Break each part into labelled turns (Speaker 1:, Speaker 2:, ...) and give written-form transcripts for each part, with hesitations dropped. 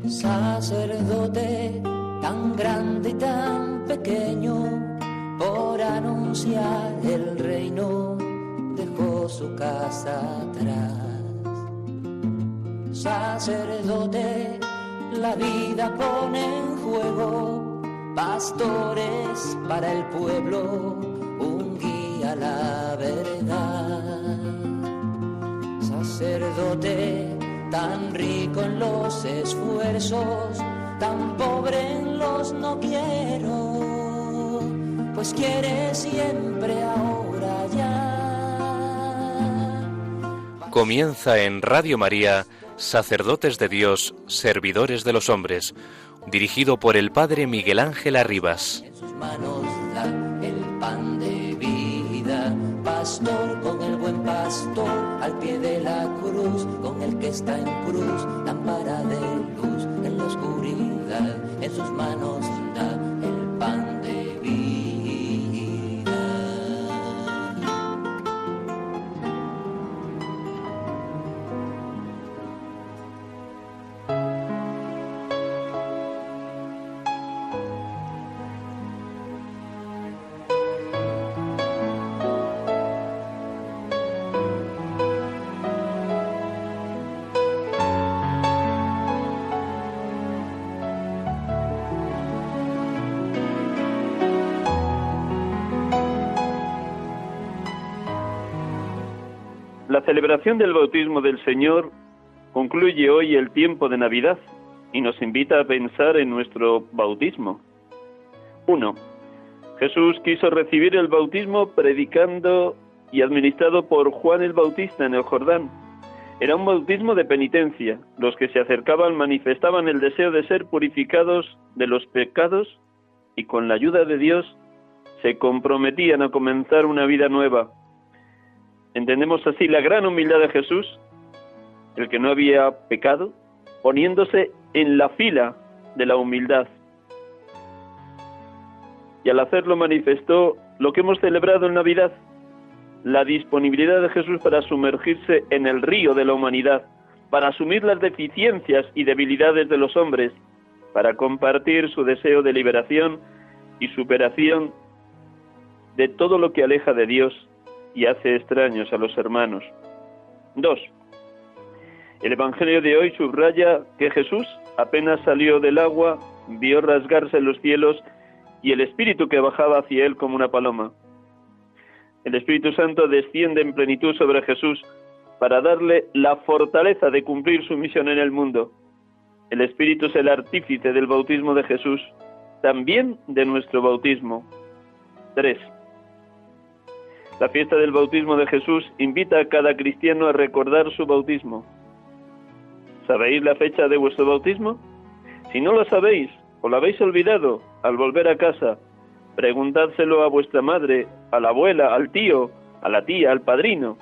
Speaker 1: Sacerdote tan grande y tan pequeño, por anunciar el reino dejó su casa atrás. Sacerdote, la vida pone en juego, pastores para el pueblo, un guía a la verdad. Sacerdote, tan rico en los esfuerzos, tan pobre en los no quiero, pues quiere siempre ahora ya.
Speaker 2: Comienza en Radio María, Sacerdotes de Dios, Servidores de los Hombres, dirigido por el Padre Miguel Ángel Arribas.
Speaker 1: En sus manos da el pan de vida, pastor con el buen pastor, al pie de la cruz, con el que está en cruz, lámpara de luz en la oscuridad, en sus manos da el pan de vida.
Speaker 3: La celebración del bautismo del Señor concluye hoy el tiempo de Navidad y nos invita a pensar en nuestro bautismo. 1. Jesús quiso recibir el bautismo predicando y administrado por Juan el Bautista en el Jordán. Era un bautismo de penitencia. Los que se acercaban manifestaban el deseo de ser purificados de los pecados y con la ayuda de Dios se comprometían a comenzar una vida nueva. Entendemos así la gran humildad de Jesús, el que no había pecado, poniéndose en la fila de la humildad. Y al hacerlo manifestó lo que hemos celebrado en Navidad, la disponibilidad de Jesús para sumergirse en el río de la humanidad, para asumir las deficiencias y debilidades de los hombres, para compartir su deseo de liberación y superación de todo lo que aleja de Dios y hace extraños a los hermanos. 2. El Evangelio de hoy subraya que Jesús apenas salió del agua, vio rasgarse los cielos y el Espíritu que bajaba hacia él como una paloma. El Espíritu Santo desciende en plenitud sobre Jesús para darle la fortaleza de cumplir su misión en el mundo. El Espíritu es el artífice del bautismo de Jesús, también de nuestro bautismo. 3. La fiesta del bautismo de Jesús invita a cada cristiano a recordar su bautismo. ¿Sabéis la fecha de vuestro bautismo? Si no lo sabéis o lo habéis olvidado, al volver a casa, preguntádselo a vuestra madre, a la abuela, al tío, a la tía, al padrino.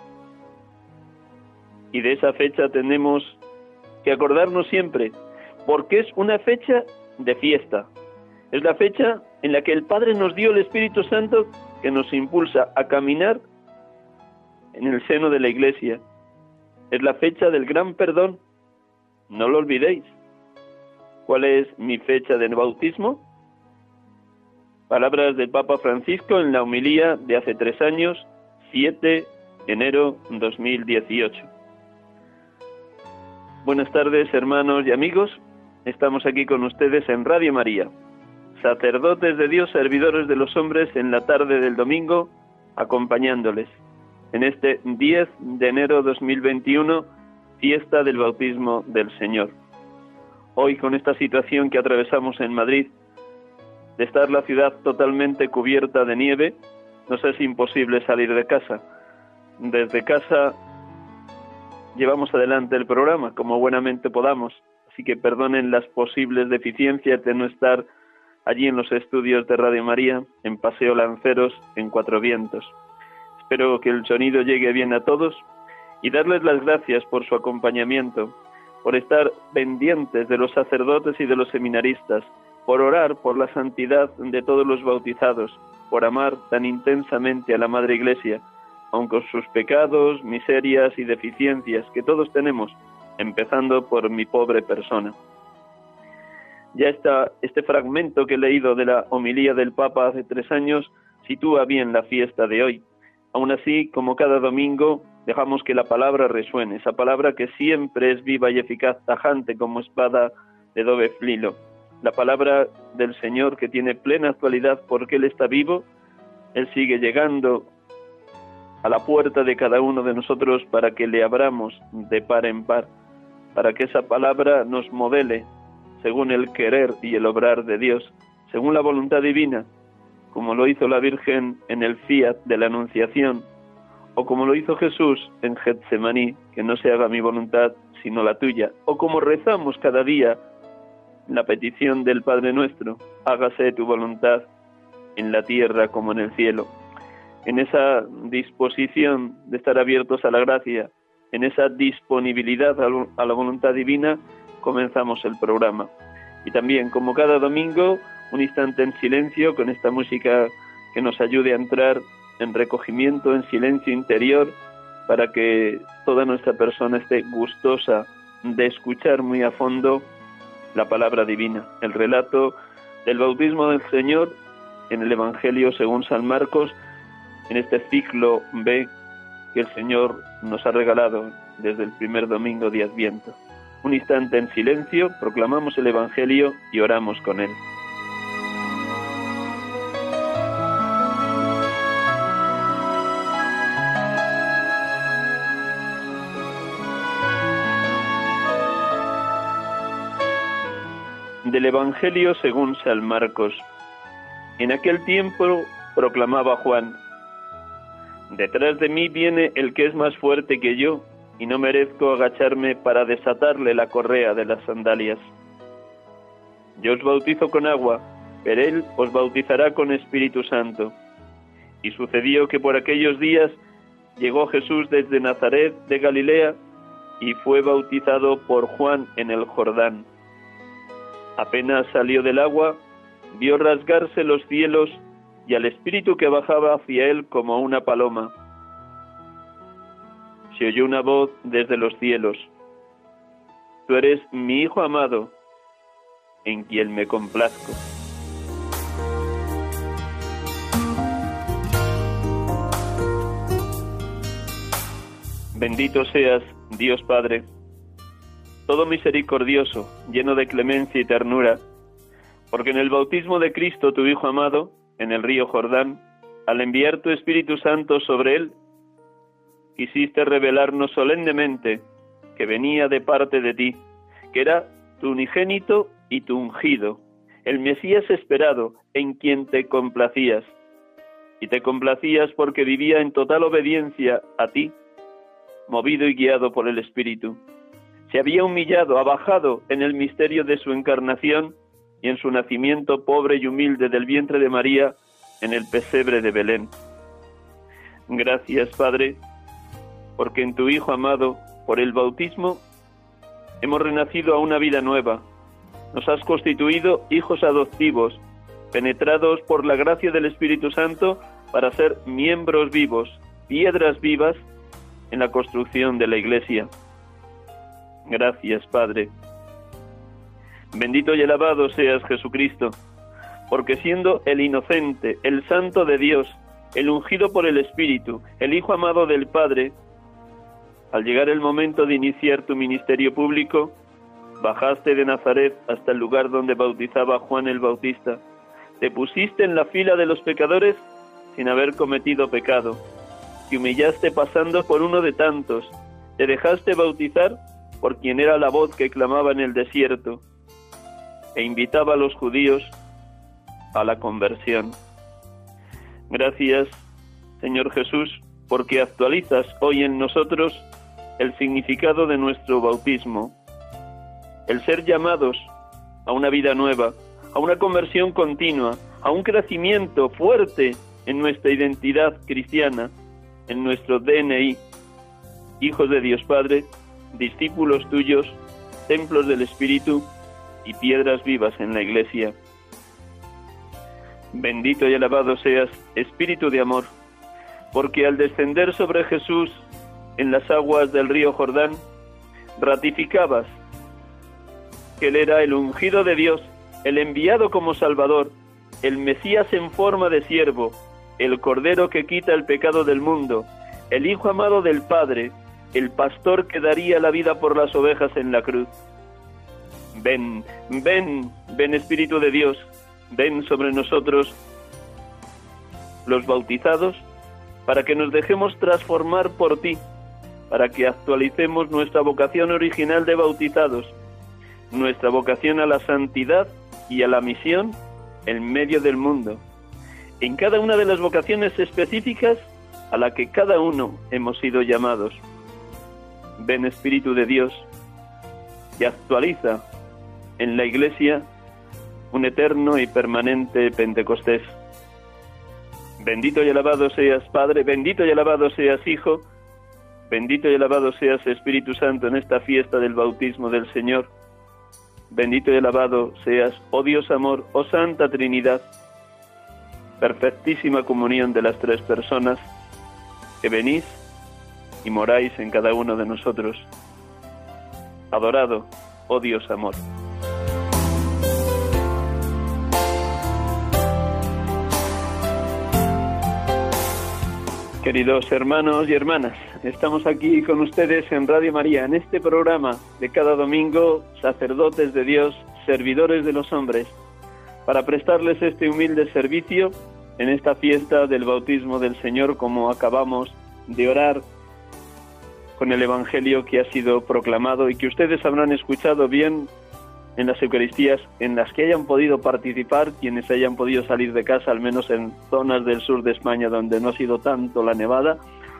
Speaker 3: Y de esa fecha tenemos que acordarnos siempre, porque es una fecha de fiesta. Es la fecha en la que el Padre nos dio el Espíritu Santo que nos impulsa a caminar en el seno de la Iglesia. Es la fecha del gran perdón. No lo olvidéis. ¿Cuál es mi fecha de bautismo? Palabras del Papa Francisco en la homilía de hace 3 años, 7 de enero 2018. Buenas tardes, hermanos y amigos. Estamos aquí con ustedes en Radio María. Sacerdotes de Dios, servidores de los hombres, en la tarde del domingo, acompañándoles en este 10 de enero 2021, fiesta del bautismo del Señor. Hoy, con esta situación que atravesamos en Madrid, de estar la ciudad totalmente cubierta de nieve, nos es imposible salir de casa. Desde casa llevamos adelante el programa como buenamente podamos, así que perdonen las posibles deficiencias de no estar allí en los estudios de Radio María, en Paseo Lanceros, en Cuatro Vientos. Espero que el sonido llegue bien a todos y darles las gracias por su acompañamiento, por estar pendientes de los sacerdotes y de los seminaristas, por orar por la santidad de todos los bautizados, por amar tan intensamente a la Madre Iglesia, aun con sus pecados, miserias y deficiencias que todos tenemos, empezando por mi pobre persona. Ya este fragmento que he leído de la homilía del Papa hace 3 años sitúa bien la fiesta de hoy. Aún así, como cada domingo, dejamos que la palabra resuene, esa palabra que siempre es viva y eficaz, tajante como espada de doble filo. La palabra del Señor que tiene plena actualidad porque Él está vivo. Él sigue llegando a la puerta de cada uno de nosotros para que le abramos de par en par, para que esa palabra nos modele según el querer y el obrar de Dios, según la voluntad divina, como lo hizo la Virgen en el fiat de la Anunciación, o como lo hizo Jesús en Getsemaní, que no se haga mi voluntad sino la tuya, o como rezamos cada día la petición del Padre Nuestro, hágase tu voluntad en la tierra como en el cielo. En esa disposición de estar abiertos a la gracia, en esa disponibilidad a la voluntad divina, comenzamos el programa. Y también, como cada domingo, un instante en silencio con esta música que nos ayude a entrar en recogimiento, en silencio interior, para que toda nuestra persona esté gustosa de escuchar muy a fondo la palabra divina, el relato del bautismo del Señor en el Evangelio según San Marcos, en este ciclo B que el Señor nos ha regalado desde el primer domingo de Adviento. Un instante en silencio, proclamamos el Evangelio y oramos con él. Del Evangelio según San Marcos. En aquel tiempo proclamaba Juan: detrás de mí viene el que es más fuerte que yo, y no merezco agacharme para desatarle la correa de las sandalias. Yo os bautizo con agua, pero él os bautizará con Espíritu Santo. Y sucedió que por aquellos días llegó Jesús desde Nazaret de Galilea y fue bautizado por Juan en el Jordán. Apenas salió del agua, vio rasgarse los cielos y al Espíritu que bajaba hacia él como una paloma. Se oyó una voz desde los cielos: tú eres mi Hijo amado, en quien me complazco. Bendito seas, Dios Padre, todo misericordioso, lleno de clemencia y ternura, porque en el bautismo de Cristo, tu Hijo amado, en el río Jordán, al enviar tu Espíritu Santo sobre él, quisiste revelarnos solemnemente que venía de parte de ti, que era tu unigénito y tu ungido, el Mesías esperado, en quien te complacías. Y te complacías porque vivía en total obediencia a ti, movido y guiado por el Espíritu. Se había humillado, abajado en el misterio de su encarnación y en su nacimiento pobre y humilde del vientre de María en el pesebre de Belén. Gracias, Padre, porque en tu Hijo amado, por el bautismo, hemos renacido a una vida nueva. Nos has constituido hijos adoptivos, penetrados por la gracia del Espíritu Santo para ser miembros vivos, piedras vivas en la construcción de la Iglesia. Gracias, Padre. Bendito y alabado seas, Jesucristo, porque siendo el inocente, el santo de Dios, el ungido por el Espíritu, el Hijo amado del Padre, al llegar el momento de iniciar tu ministerio público, bajaste de Nazaret hasta el lugar donde bautizaba Juan el Bautista. Te pusiste en la fila de los pecadores sin haber cometido pecado. Te humillaste pasando por uno de tantos. Te dejaste bautizar por quien era la voz que clamaba en el desierto e invitaba a los judíos a la conversión. Gracias, Señor Jesús, porque actualizas hoy en nosotros el significado de nuestro bautismo, el ser llamados a una vida nueva, a una conversión continua, a un crecimiento fuerte en nuestra identidad cristiana, en nuestro DNI, hijos de Dios Padre, discípulos tuyos, templos del Espíritu y piedras vivas en la Iglesia. Bendito y alabado seas, Espíritu de amor, porque al descender sobre Jesús en las aguas del río Jordán, ratificabas que Él era el ungido de Dios, el enviado como Salvador, el Mesías en forma de siervo, el Cordero que quita el pecado del mundo, el Hijo amado del Padre, el pastor que daría la vida por las ovejas en la cruz. Ven, ven, ven Espíritu de Dios, ven sobre nosotros los bautizados, para que nos dejemos transformar por ti, para que actualicemos nuestra vocación original de bautizados, nuestra vocación a la santidad y a la misión en medio del mundo, en cada una de las vocaciones específicas a la que cada uno hemos sido llamados. Ven Espíritu de Dios y actualiza en la Iglesia un eterno y permanente Pentecostés. Bendito y alabado seas Padre, bendito y alabado seas Hijo, bendito y alabado seas Espíritu Santo en esta fiesta del bautismo del Señor. Bendito y alabado seas, oh Dios amor, oh Santa Trinidad, perfectísima comunión de las tres personas, que venís y moráis en cada uno de nosotros. Adorado, oh Dios amor. Queridos hermanos y hermanas, estamos aquí con ustedes en Radio María, en este programa de cada domingo, sacerdotes de Dios, servidores de los hombres, para prestarles este humilde servicio en esta fiesta del bautismo del Señor, como acabamos de orar con el Evangelio que ha sido proclamado y que ustedes habrán escuchado bien en las Eucaristías en las que hayan podido participar, quienes hayan podido salir de casa, al menos en zonas del sur de España donde no ha sido tanto la nevada,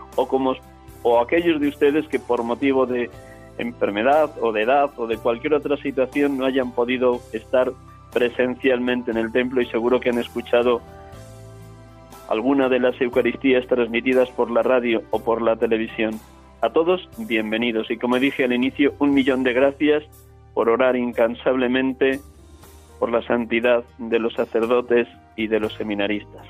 Speaker 3: o aquellos de ustedes que por motivo de enfermedad o de edad o de cualquier otra situación no hayan podido estar presencialmente en el templo y seguro que han escuchado alguna de las Eucaristías transmitidas por la radio o por la televisión. A todos, bienvenidos. Y como dije al inicio, 1.000.000 de gracias por orar incansablemente por la santidad de los sacerdotes y de los seminaristas.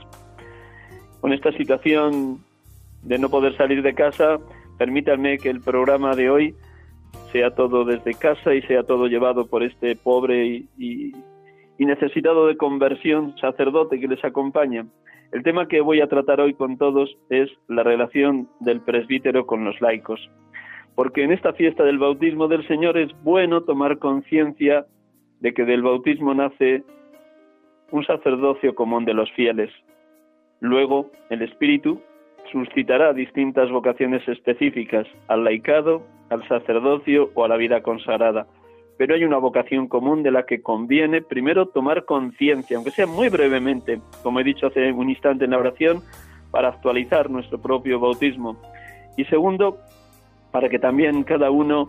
Speaker 3: Con esta situación de no poder salir de casa, permítanme que el programa de hoy sea todo desde casa y sea todo llevado por este pobre y necesitado de conversión sacerdote que les acompaña. El tema que voy a tratar hoy con todos es la relación del presbítero con los laicos. Porque en esta fiesta del bautismo del Señor es bueno tomar conciencia de que del bautismo nace un sacerdocio común de los fieles. Luego, el Espíritu suscitará distintas vocaciones específicas al laicado, al sacerdocio o a la vida consagrada. Pero hay una vocación común de la que conviene primero tomar conciencia, aunque sea muy brevemente, como he dicho hace un instante en la oración, para actualizar nuestro propio bautismo. Y segundo, para que también cada uno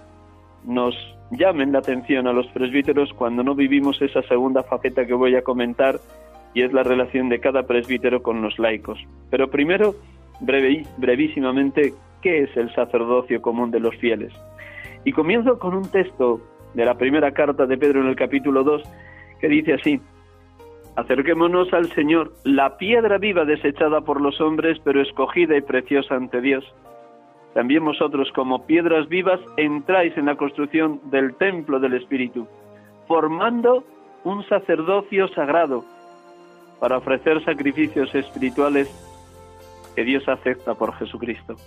Speaker 3: nos llamen la atención a los presbíteros cuando no vivimos esa segunda faceta que voy a comentar, y es la relación de cada presbítero con los laicos. Pero primero, brevísimamente, ¿qué es el sacerdocio común de los fieles? Y comienzo con un texto de la primera carta de Pedro en el capítulo 2, que dice así: acerquémonos al Señor, la piedra viva desechada por los hombres, pero escogida y preciosa ante Dios. También vosotros, como piedras vivas, entráis en la construcción del templo del Espíritu, formando un sacerdocio sagrado para ofrecer sacrificios espirituales que Dios acepta por Jesucristo.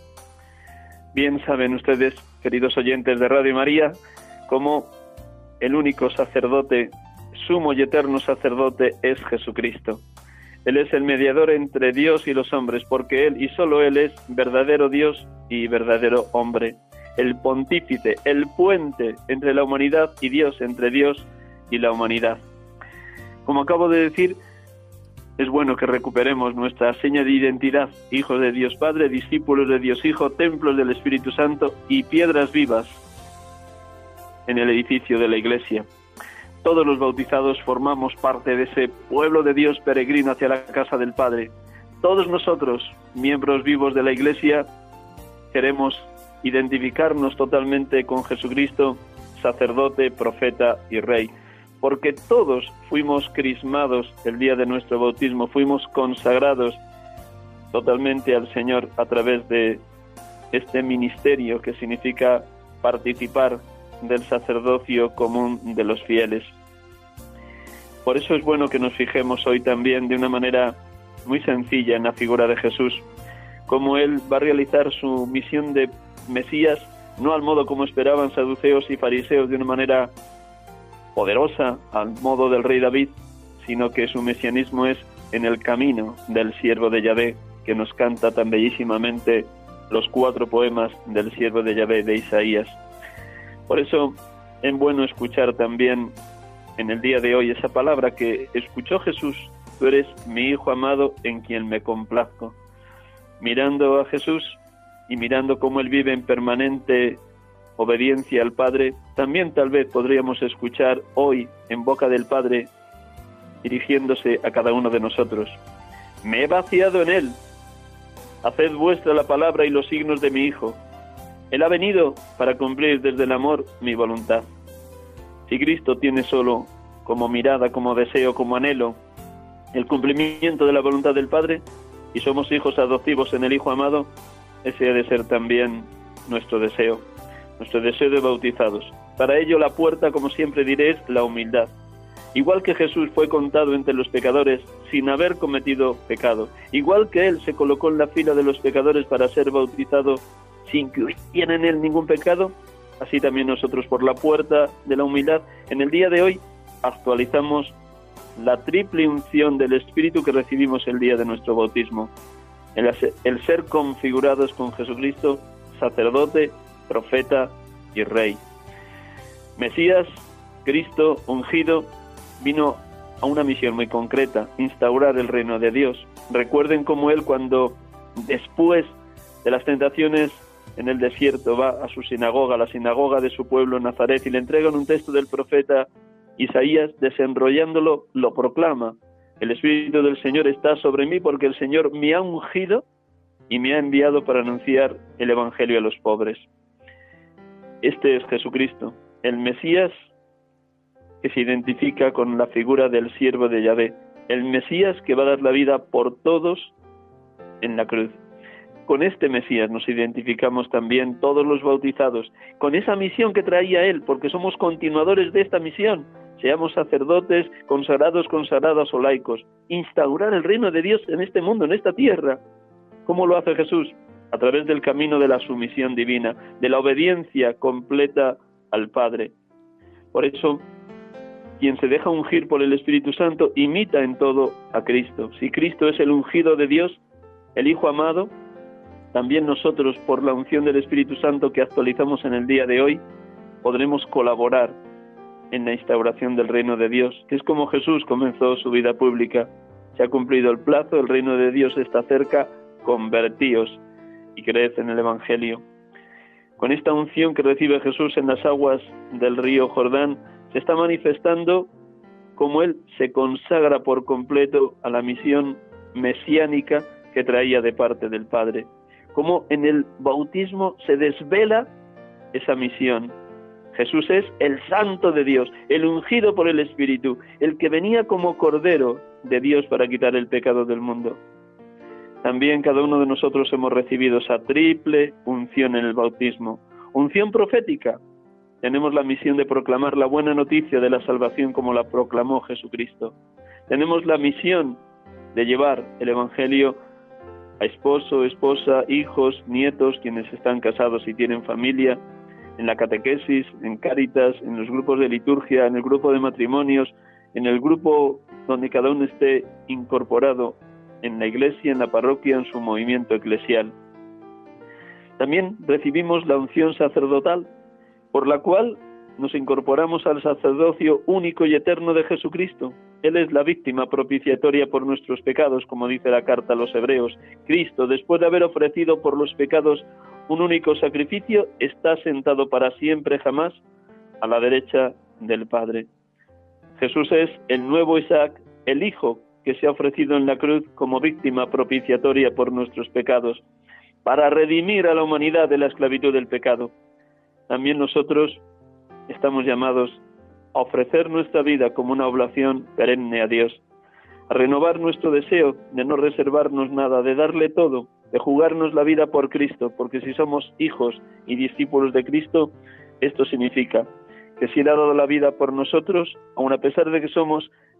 Speaker 3: Bien saben ustedes, queridos oyentes de Radio María, cómo el único sacerdote, sumo y eterno sacerdote, es Jesucristo. Él es el mediador entre Dios y los hombres, porque Él y solo Él es verdadero Dios y verdadero hombre. El pontífice, el puente entre la humanidad y Dios, entre Dios y la humanidad. Como acabo de decir, es bueno que recuperemos nuestra seña de identidad: hijos de Dios Padre, discípulos de Dios Hijo, templos del Espíritu Santo y piedras vivas en el edificio de la Iglesia. Todos los bautizados formamos parte de ese pueblo de Dios peregrino hacia la casa del Padre. Todos nosotros, miembros vivos de la Iglesia, queremos identificarnos totalmente con Jesucristo, sacerdote, profeta y rey, porque todos fuimos crismados el día de nuestro bautismo, fuimos consagrados totalmente al Señor a través de este ministerio que significa participar del sacerdocio común de los fieles. Por eso es bueno que nos fijemos hoy también de una manera muy sencilla en la figura de Jesús, cómo Él va a realizar su misión de Mesías, no al modo como esperaban saduceos y fariseos, de una manera poderosa, al modo del rey David, sino que su mesianismo es en el camino del siervo de Yahvé, que nos canta tan bellísimamente los 4 poemas del siervo de Yahvé de Isaías. Por eso es bueno escuchar también en el día de hoy esa palabra que escuchó Jesús: tú eres mi Hijo amado en quien me complazco. Mirando a Jesús y mirando cómo Él vive en permanente obediencia al Padre, también tal vez podríamos escuchar hoy en boca del Padre dirigiéndose a cada uno de nosotros: me he vaciado en Él, haced vuestra la palabra y los signos de mi Hijo. Él ha venido para cumplir desde el amor mi voluntad. Si Cristo tiene solo como mirada, como deseo, como anhelo el cumplimiento de la voluntad del Padre, y somos hijos adoptivos en el Hijo amado, ese ha de ser también nuestro deseo de bautizados. Para ello la puerta, como siempre diré, es la humildad. Igual que Jesús fue contado entre los pecadores sin haber cometido pecado, igual que Él se colocó en la fila de los pecadores para ser bautizado sin que hubiera en Él ningún pecado, así también nosotros, por la puerta de la humildad, en el día de hoy actualizamos la triple unción del Espíritu que recibimos el día de nuestro bautismo: el ser configurados con Jesucristo, sacerdote, profeta y rey. Mesías, Cristo ungido, vino a una misión muy concreta: instaurar el reino de Dios. Recuerden cómo Él, cuando después de las tentaciones en el desierto, va a su sinagoga, la sinagoga de su pueblo Nazaret, y le entregan un texto del profeta Isaías, desenrollándolo, lo proclama: el Espíritu del Señor está sobre mí porque el Señor me ha ungido y me ha enviado para anunciar el Evangelio a los pobres. Este es Jesucristo, el Mesías, que se identifica con la figura del siervo de Yahvé, el Mesías que va a dar la vida por todos en la cruz. Con este Mesías nos identificamos también todos los bautizados, con esa misión que traía Él, porque somos continuadores de esta misión. Seamos sacerdotes, consagrados, consagradas o laicos. Instaurar el reino de Dios en este mundo, en esta tierra. ¿Cómo lo hace Jesús? A través del camino de la sumisión divina, de la obediencia completa al Padre. Por eso, quien se deja ungir por el Espíritu Santo imita en todo a Cristo. Si Cristo es el ungido de Dios, el Hijo amado, también nosotros, por la unción del Espíritu Santo que actualizamos en el día de hoy, podremos colaborar en la instauración del reino de Dios, que es como Jesús comenzó su vida pública. Se ha cumplido el plazo, el reino de Dios está cerca, convertíos y creed en el Evangelio. Con esta unción que recibe Jesús en las aguas del río Jordán, se está manifestando cómo Él se consagra por completo a la misión mesiánica que traía de parte del Padre. Cómo en el bautismo se desvela esa misión. Jesús es el Santo de Dios, el ungido por el Espíritu, el que venía como Cordero de Dios para quitar el pecado del mundo. También cada uno de nosotros hemos recibido esa triple unción en el bautismo. Unción profética. Tenemos la misión de proclamar la buena noticia de la salvación como la proclamó Jesucristo. Tenemos la misión de llevar el Evangelio a esposo, esposa, hijos, nietos, quienes están casados y tienen familia, en la catequesis, en Cáritas, en los grupos de liturgia, en el grupo de matrimonios, en el grupo donde cada uno esté incorporado en la iglesia, en la parroquia, en su movimiento eclesial. También recibimos la unción sacerdotal, por la cual nos incorporamos al sacerdocio único y eterno de Jesucristo. Él es la víctima propiciatoria por nuestros pecados, como dice la carta a los Hebreos. Cristo, después de haber ofrecido por los pecados un único sacrificio, está sentado para siempre jamás a la derecha del Padre. Jesús es el nuevo Isaac, el Hijo que se ha ofrecido en la cruz como víctima propiciatoria por nuestros pecados, para redimir a la humanidad de la esclavitud del pecado. También nosotros estamos llamados a ofrecer nuestra vida como una oblación perenne a Dios, a renovar nuestro deseo de no reservarnos nada, de darle todo, de jugarnos la vida por Cristo, porque si somos hijos y discípulos de Cristo, esto significa que si Él ha dado la vida por nosotros, aun a pesar de que somos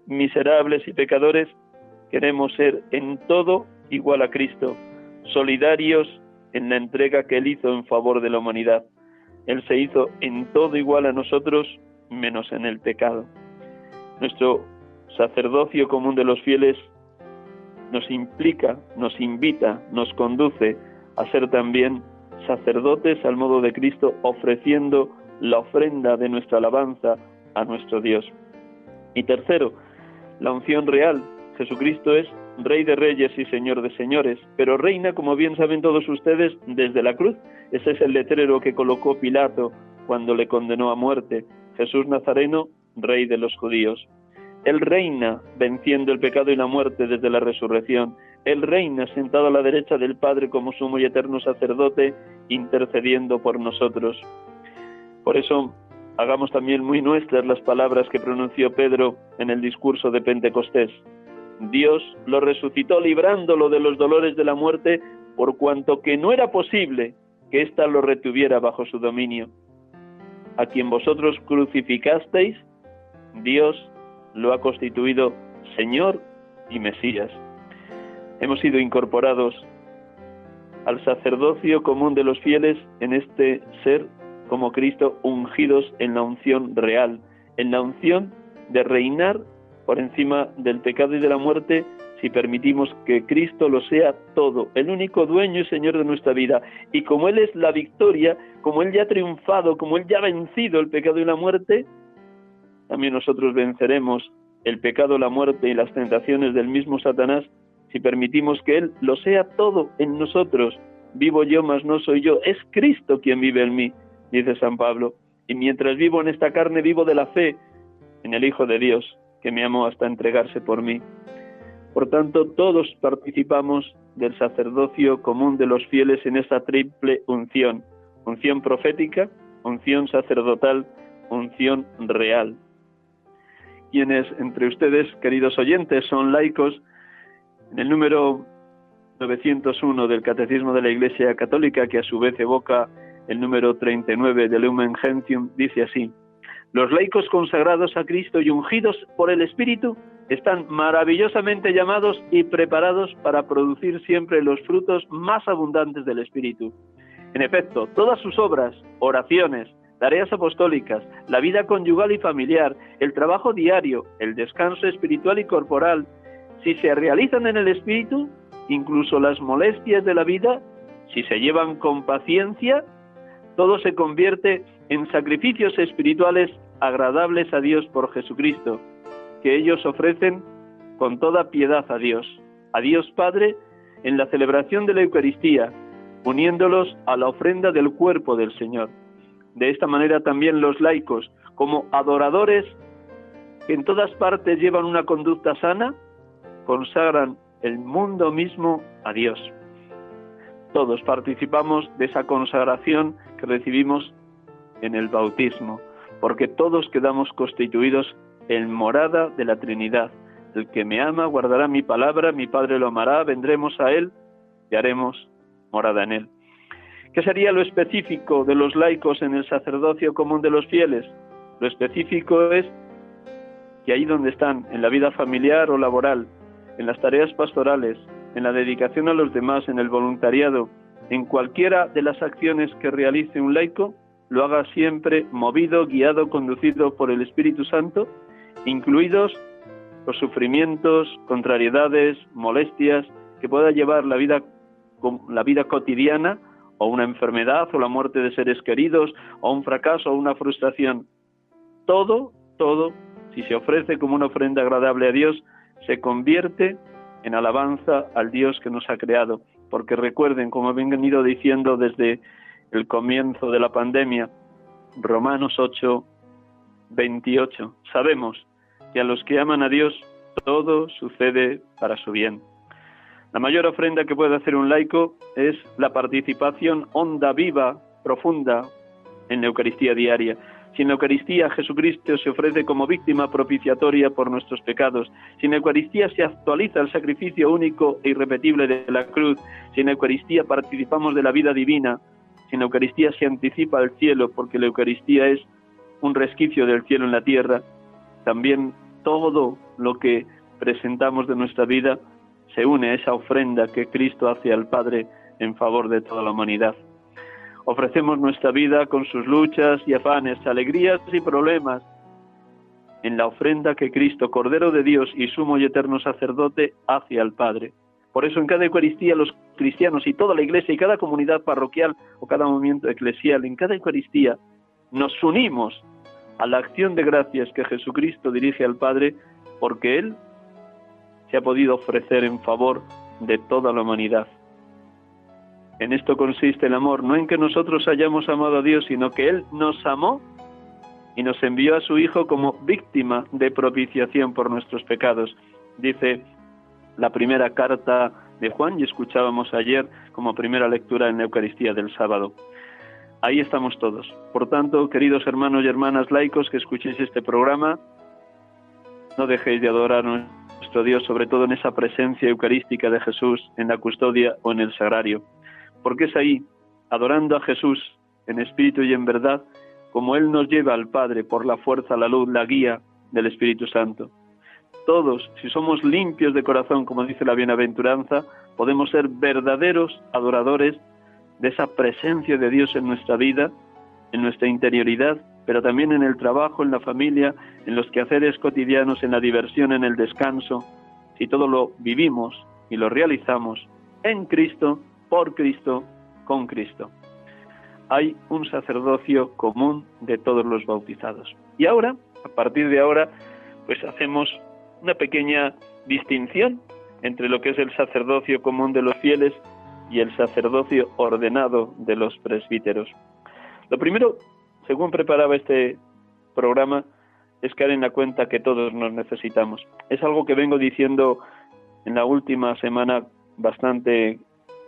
Speaker 3: miserables y pecadores, queremos ser en todo igual a Cristo, solidarios en la entrega que Él hizo en favor de la humanidad. Él se hizo en todo igual a nosotros, menos en el pecado. Nuestro sacerdocio común de los fieles nos implica, nos invita, nos conduce a ser también sacerdotes al modo de Cristo, ofreciendo la ofrenda de nuestra alabanza a nuestro Dios. Y tercero, la unción real. Jesucristo es Rey de Reyes y Señor de Señores, pero reina, como bien saben todos ustedes, desde la cruz. Ese es el letrero que colocó Pilato cuando le condenó a muerte. Jesús Nazareno, Rey de los judíos. Él reina venciendo el pecado y la muerte desde la resurrección. Él reina sentado a la derecha del Padre como sumo y eterno sacerdote, intercediendo por nosotros. Por eso, hagamos también muy nuestras las palabras que pronunció Pedro en el discurso de Pentecostés. Dios lo resucitó librándolo de los dolores de la muerte, por cuanto que no era posible que ésta lo retuviera bajo su dominio. A quien vosotros crucificasteis, Dios lo ha constituido Señor y Mesías. Hemos sido incorporados al sacerdocio común de los fieles en este ser como Cristo, ungidos en la unción real, en la unción de reinar por encima del pecado y de la muerte, si permitimos que Cristo lo sea todo, el único dueño y Señor de nuestra vida. Y como Él es la victoria, como Él ya ha triunfado, como Él ya ha vencido el pecado y la muerte, también nosotros venceremos el pecado, la muerte y las tentaciones del mismo Satanás, si permitimos que Él lo sea todo en nosotros. Vivo yo, mas no soy yo, es Cristo quien vive en mí, dice San Pablo. Y mientras vivo en esta carne, vivo de la fe en el Hijo de Dios, que me amó hasta entregarse por mí. Por tanto, todos participamos del sacerdocio común de los fieles en esta triple unción: unción profética, unción sacerdotal, unción real. Quienes entre ustedes, queridos oyentes, son laicos, en el número 901 del Catecismo de la Iglesia Católica, que a su vez evoca el número 39 del Lumen Gentium, dice así: los laicos consagrados a Cristo y ungidos por el Espíritu están maravillosamente llamados y preparados para producir siempre los frutos más abundantes del Espíritu. En efecto, todas sus obras, oraciones, tareas apostólicas, la vida conyugal y familiar, el trabajo diario, el descanso espiritual y corporal, si se realizan en el Espíritu, incluso las molestias de la vida, si se llevan con paciencia, todo se convierte en sacrificios espirituales agradables a Dios por Jesucristo, que ellos ofrecen con toda piedad a Dios Padre, en la celebración de la Eucaristía, uniéndolos a la ofrenda del cuerpo del Señor. De esta manera también los laicos, como adoradores que en todas partes llevan una conducta sana, consagran el mundo mismo a Dios. Todos participamos de esa consagración que recibimos en el bautismo, porque todos quedamos constituidos en morada de la Trinidad. El que me ama guardará mi palabra, mi Padre lo amará, vendremos a Él y haremos morada en Él. ¿Qué sería lo específico de los laicos en el sacerdocio común de los fieles? Lo específico es que ahí donde están, en la vida familiar o laboral, en las tareas pastorales, en la dedicación a los demás, en el voluntariado, en cualquiera de las acciones que realice un laico, lo haga siempre movido, guiado, conducido por el Espíritu Santo, incluidos los sufrimientos, contrariedades, molestias que pueda llevar la vida cotidiana, o una enfermedad, o la muerte de seres queridos, o un fracaso, o una frustración. Todo, si se ofrece como una ofrenda agradable a Dios, se convierte en alabanza al Dios que nos ha creado. Porque recuerden, como he venido diciendo desde el comienzo de la pandemia, Romanos 8, 28, sabemos que a los que aman a Dios todo sucede para su bien. La mayor ofrenda que puede hacer un laico es la participación honda, viva, profunda en la Eucaristía diaria. Si en la Eucaristía Jesucristo se ofrece como víctima propiciatoria por nuestros pecados, si en la Eucaristía se actualiza el sacrificio único e irrepetible de la cruz, si en la Eucaristía participamos de la vida divina, si en la Eucaristía se anticipa al cielo, porque la Eucaristía es un resquicio del cielo en la tierra, también todo lo que presentamos de nuestra vida se une a esa ofrenda que Cristo hace al Padre en favor de toda la humanidad. Ofrecemos nuestra vida con sus luchas y afanes, alegrías y problemas, en la ofrenda que Cristo, Cordero de Dios y sumo y eterno sacerdote, hace al Padre. Por eso en cada Eucaristía los cristianos y toda la Iglesia y cada comunidad parroquial o cada movimiento eclesial, en cada Eucaristía nos unimos a la acción de gracias que Jesucristo dirige al Padre, porque Él se ha podido ofrecer en favor de toda la humanidad. En esto consiste el amor, no en que nosotros hayamos amado a Dios, sino que Él nos amó y nos envió a su Hijo como víctima de propiciación por nuestros pecados. Dice la primera carta de Juan, y escuchábamos ayer como primera lectura en la Eucaristía del sábado. Ahí estamos todos. Por tanto, queridos hermanos y hermanas laicos que escuchéis este programa, no dejéis de adorar a nuestro Dios, sobre todo en esa presencia eucarística de Jesús, en la custodia o en el sagrario. Porque es ahí, adorando a Jesús en espíritu y en verdad, como Él nos lleva al Padre por la fuerza, la luz, la guía del Espíritu Santo. Todos, si somos limpios de corazón, como dice la bienaventuranza, podemos ser verdaderos adoradores de esa presencia de Dios en nuestra vida, en nuestra interioridad, pero también en el trabajo, en la familia, en los quehaceres cotidianos, en la diversión, en el descanso. Si todo lo vivimos y lo realizamos en Cristo, por Cristo, con Cristo. Hay un sacerdocio común de todos los bautizados. Y ahora, a partir de ahora, pues hacemos una pequeña distinción entre lo que es el sacerdocio común de los fieles y el sacerdocio ordenado de los presbíteros. Lo primero, según preparaba este programa, es caer en la cuenta que todos nos necesitamos. Es algo que vengo diciendo en la última semana bastante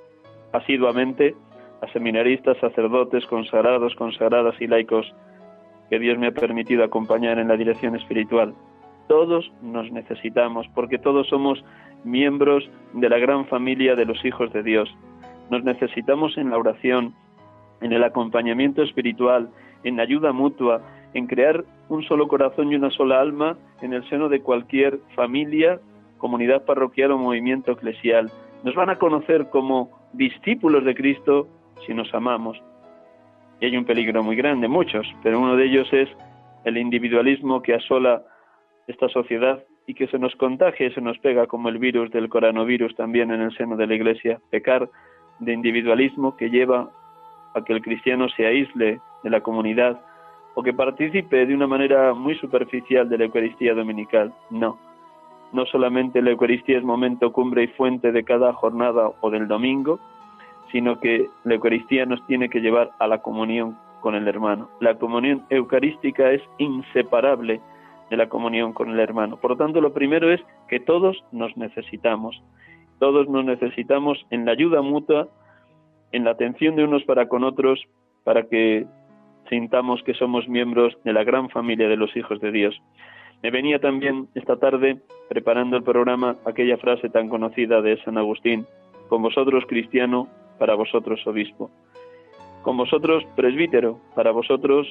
Speaker 3: asiduamente a seminaristas, sacerdotes, consagrados, consagradas y laicos que Dios me ha permitido acompañar en la dirección espiritual. Todos nos necesitamos, porque todos somos miembros de la gran familia de los hijos de Dios. Nos necesitamos en la oración, en el acompañamiento espiritual, en la ayuda mutua, en crear un solo corazón y una sola alma en el seno de cualquier familia, comunidad parroquial o movimiento eclesial. Nos van a conocer como discípulos de Cristo si nos amamos. Y hay un peligro muy grande, muchos, pero uno de ellos es el individualismo que asola esta sociedad y que se nos contagia y se nos pega como el virus del coronavirus también en el seno de la Iglesia. Pecar de individualismo que lleva a que el cristiano se aísle de la comunidad o que participe de una manera muy superficial de la Eucaristía dominical. No solamente la Eucaristía es momento, cumbre y fuente de cada jornada o del domingo, sino que la Eucaristía nos tiene que llevar a la comunión con el hermano. La comunión eucarística es inseparable de la comunión con el hermano. Por lo tanto, lo primero es que todos nos necesitamos. Todos nos necesitamos en la ayuda mutua, en la atención de unos para con otros, para que sintamos que somos miembros de la gran familia de los hijos de Dios. Me venía también esta tarde, preparando el programa, aquella frase tan conocida de San Agustín: con vosotros cristiano, para vosotros obispo. Con vosotros presbítero, para vosotros,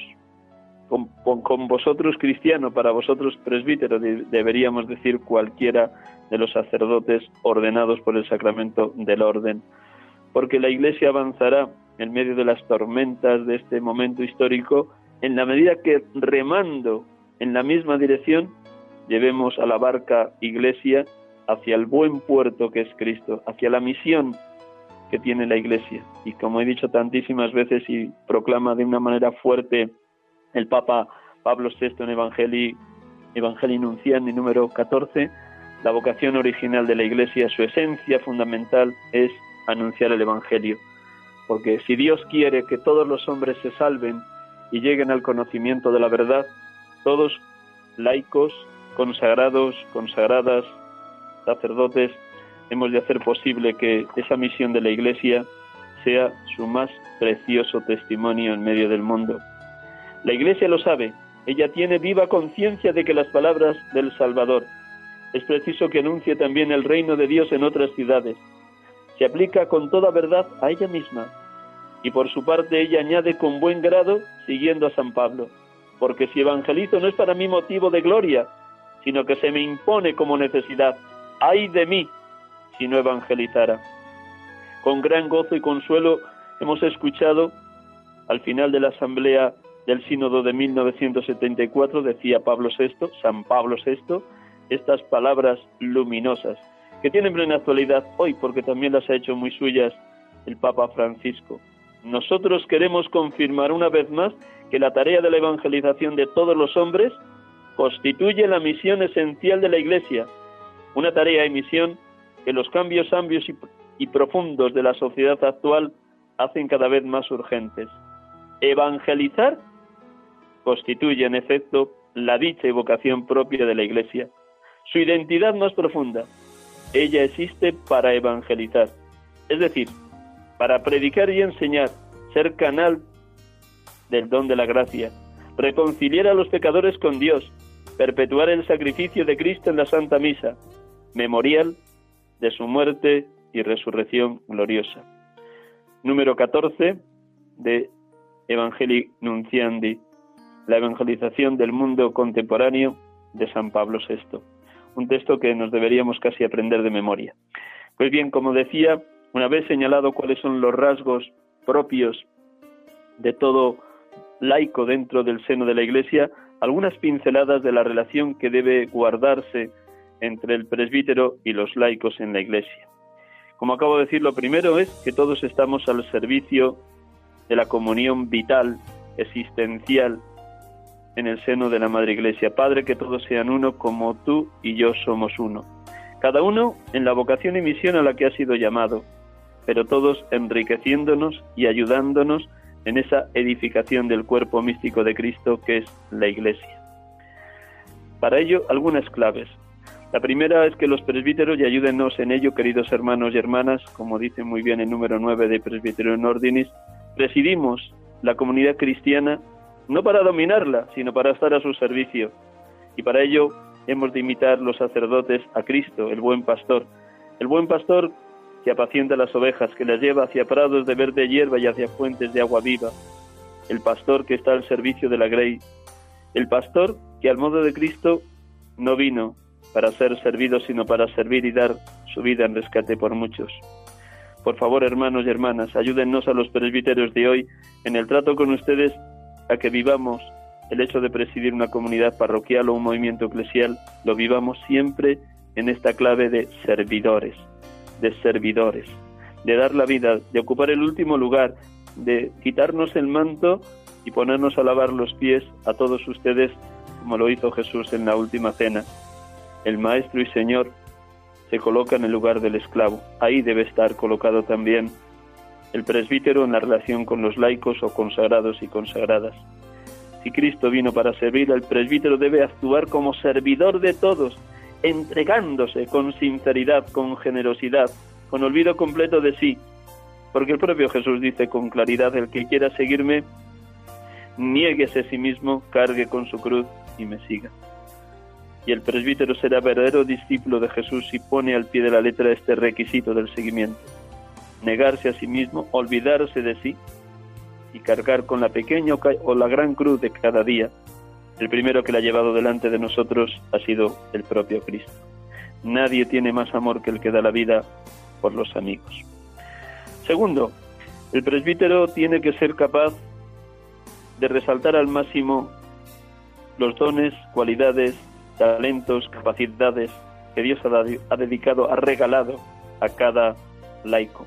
Speaker 3: con vosotros cristiano, para vosotros presbítero, deberíamos decir cualquiera de los sacerdotes ordenados por el sacramento del orden. Porque la Iglesia avanzará en medio de las tormentas de este momento histórico en la medida que, remando en la misma dirección, llevemos a la barca Iglesia hacia el buen puerto que es Cristo, hacia la misión que tiene la Iglesia. Y como he dicho tantísimas veces y proclama de una manera fuerte el Papa Pablo VI en Evangelii Nuntiandi número 14, la vocación original de la Iglesia, su esencia fundamental es anunciar el Evangelio. Porque si Dios quiere que todos los hombres se salven y lleguen al conocimiento de la verdad, todos laicos, consagrados, consagradas, sacerdotes, hemos de hacer posible que esa misión de la Iglesia sea su más precioso testimonio en medio del mundo. La Iglesia lo sabe, ella tiene viva conciencia de que las palabras del Salvador es preciso que anuncie también el reino de Dios en otras ciudades. Se aplica con toda verdad a ella misma, y por su parte ella añade con buen grado, siguiendo a San Pablo: porque si evangelizo no es para mí motivo de gloria, sino que se me impone como necesidad. ¡Ay de mí si no evangelizara! Con gran gozo y consuelo hemos escuchado al final de la asamblea del sínodo de 1974, decía San Pablo VI, estas palabras luminosas, que tienen plena actualidad hoy porque también las ha hecho muy suyas el Papa Francisco. Nosotros queremos confirmar una vez más que la tarea de la evangelización de todos los hombres constituye la misión esencial de la Iglesia, una tarea y misión que los cambios amplios y profundos de la sociedad actual hacen cada vez más urgentes. Evangelizar constituye, en efecto, la dicha y vocación propia de la Iglesia, su identidad más profunda. Ella existe para evangelizar, es decir, para predicar y enseñar, ser canal del don de la gracia, reconciliar a los pecadores con Dios, perpetuar el sacrificio de Cristo en la Santa Misa, memorial de su muerte y resurrección gloriosa. Número 14 de Evangelii Nunciandi, la evangelización del mundo contemporáneo de San Pablo VI. Un texto que nos deberíamos casi aprender de memoria. Pues bien, como decía, una vez señalado cuáles son los rasgos propios de todo laico dentro del seno de la Iglesia, algunas pinceladas de la relación que debe guardarse entre el presbítero y los laicos en la Iglesia. Como acabo de decir, lo primero es que todos estamos al servicio de la comunión vital, existencial, en el seno de la Madre Iglesia. Padre, que todos sean uno como tú y yo somos uno. Cada uno en la vocación y misión a la que ha sido llamado, pero todos enriqueciéndonos y ayudándonos en esa edificación del cuerpo místico de Cristo que es la Iglesia. Para ello, algunas claves. La primera es que los presbíteros, y ayúdenos en ello, queridos hermanos y hermanas, como dice muy bien el número 9 de Presbyterio Ordinis, presidimos la comunidad cristiana no para dominarla, sino para estar a su servicio. Y para ello hemos de imitar los sacerdotes a Cristo, el buen pastor que apacienta las ovejas, que las lleva hacia prados de verde hierba y hacia fuentes de agua viva, el pastor que está al servicio de la grey, el pastor que al modo de Cristo no vino para ser servido, sino para servir y dar su vida en rescate por muchos. Por favor, hermanos y hermanas, ayúdennos a los presbíteros de hoy en el trato con ustedes a que vivamos el hecho de presidir una comunidad parroquial o un movimiento eclesial, lo vivamos siempre en esta clave de servidores, de dar la vida, de ocupar el último lugar, de quitarnos el manto y ponernos a lavar los pies a todos ustedes, como lo hizo Jesús en la última cena. El Maestro y Señor se coloca en el lugar del esclavo. Ahí debe estar colocado también el presbítero en la relación con los laicos o consagrados y consagradas. Si Cristo vino para servir, el presbítero debe actuar como servidor de todos, entregándose con sinceridad, con generosidad, con olvido completo de sí, porque el propio Jesús dice con claridad: el que quiera seguirme, niéguese a sí mismo, cargue con su cruz y me siga. Y el presbítero será verdadero discípulo de Jesús si pone al pie de la letra este requisito del seguimiento: negarse a sí mismo, olvidarse de sí y cargar con la pequeña o la gran cruz de cada día. El primero que la ha llevado delante de nosotros ha sido el propio Cristo. Nadie tiene más amor que el que da la vida por los amigos. Segundo, el presbítero tiene que ser capaz de resaltar al máximo los dones, cualidades, talentos, capacidades que Dios ha dedicado, ha regalado a cada laico.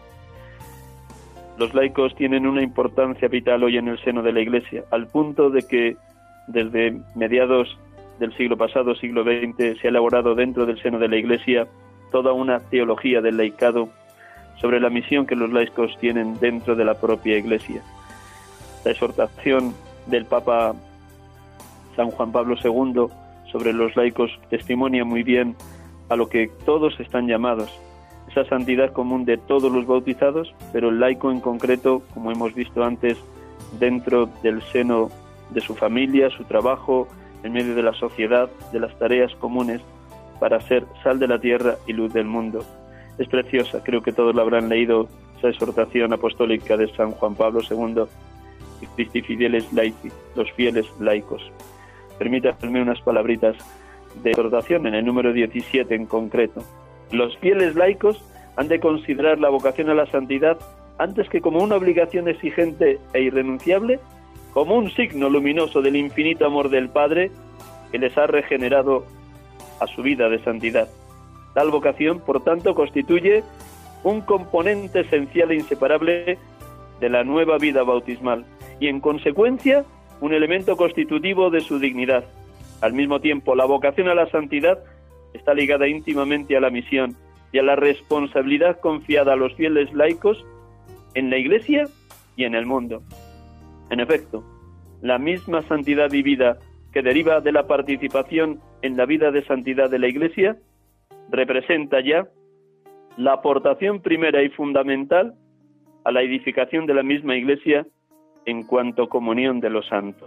Speaker 3: Los laicos tienen una importancia vital hoy en el seno de la Iglesia, al punto de que desde mediados del siglo pasado, siglo XX, se ha elaborado dentro del seno de la Iglesia toda una teología del laicado sobre la misión que los laicos tienen dentro de la propia Iglesia. La exhortación del Papa San Juan Pablo II sobre los laicos testimonia muy bien a lo que todos están llamados, esa santidad común de todos los bautizados, pero el laico en concreto, como hemos visto antes, dentro del seno de su familia, su trabajo, en medio de la sociedad, de las tareas comunes, para ser sal de la tierra y luz del mundo. Es preciosa, creo que todos la habrán leído, esa exhortación apostólica de San Juan Pablo II, Christi Fideles Laici, los fieles laicos. Permítanme unas palabritas de exhortación, en el número 17 en concreto. Los fieles laicos han de considerar la vocación a la santidad antes que como una obligación exigente e irrenunciable, como un signo luminoso del infinito amor del Padre que les ha regenerado a su vida de santidad. Tal vocación, por tanto, constituye un componente esencial e inseparable de la nueva vida bautismal y, en consecuencia, un elemento constitutivo de su dignidad. Al mismo tiempo, la vocación a la santidad está ligada íntimamente a la misión y a la responsabilidad confiada a los fieles laicos en la Iglesia y en el mundo. En efecto, la misma santidad vivida que deriva de la participación en la vida de santidad de la Iglesia representa ya la aportación primera y fundamental a la edificación de la misma Iglesia en cuanto comunión de los santos.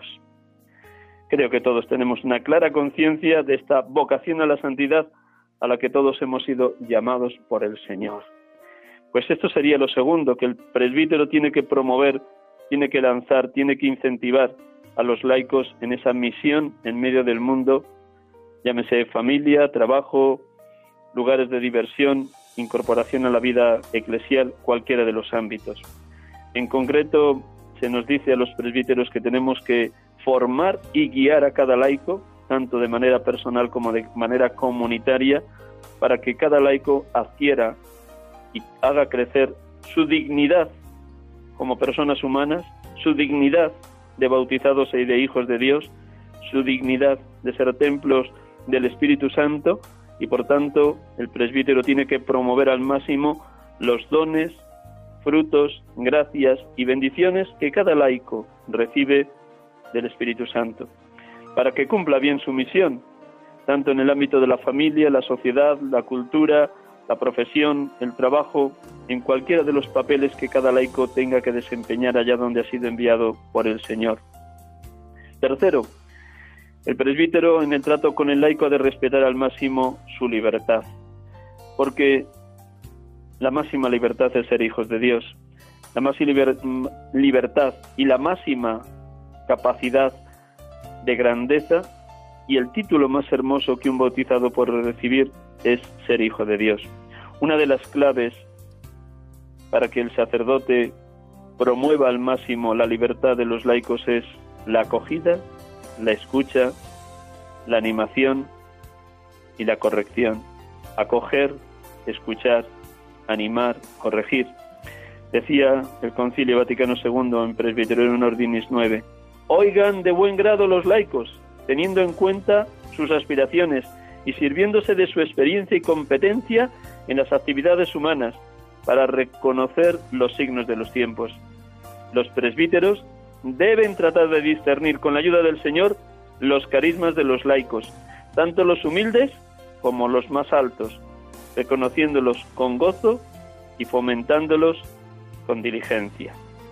Speaker 3: Creo que todos tenemos una clara conciencia de esta vocación a la santidad a la que todos hemos sido llamados por el Señor. Pues esto sería lo segundo, que el presbítero tiene que promover, tiene que lanzar, tiene que incentivar a los laicos en esa misión en medio del mundo, llámese familia, trabajo, lugares de diversión, incorporación a la vida eclesial, cualquiera de los ámbitos. En concreto, se nos dice a los presbíteros que tenemos que formar y guiar a cada laico, tanto de manera personal como de manera comunitaria, para que cada laico adquiera y haga crecer su dignidad como personas humanas, su dignidad de bautizados y de hijos de Dios, su dignidad de ser templos del Espíritu Santo, y por tanto el presbítero tiene que promover al máximo los dones, frutos, gracias y bendiciones que cada laico recibe del Espíritu Santo, para que cumpla bien su misión, tanto en el ámbito de la familia, la sociedad, la cultura, la profesión, el trabajo, en cualquiera de los papeles que cada laico tenga que desempeñar allá donde ha sido enviado por el Señor. Tercero, el presbítero en el trato con el laico ha de respetar al máximo su libertad, porque la máxima libertad es ser hijos de Dios. La máxima libertad y la máxima capacidad de grandeza y el título más hermoso que un bautizado puede recibir es ser hijo de Dios. Una de las claves para que el sacerdote promueva al máximo la libertad de los laicos es la acogida, la escucha, la animación y la corrección. Acoger, escuchar, animar, corregir. Decía el Concilio Vaticano II en Presbyterorum Ordinis 9: oigan de buen grado los laicos, teniendo en cuenta sus aspiraciones y sirviéndose de su experiencia y competencia en las actividades humanas para reconocer los signos de los tiempos. Los presbíteros deben tratar de discernir con la ayuda del Señor los carismas de los laicos, tanto los humildes como los más altos, reconociéndolos con gozo y fomentándolos con diligencia.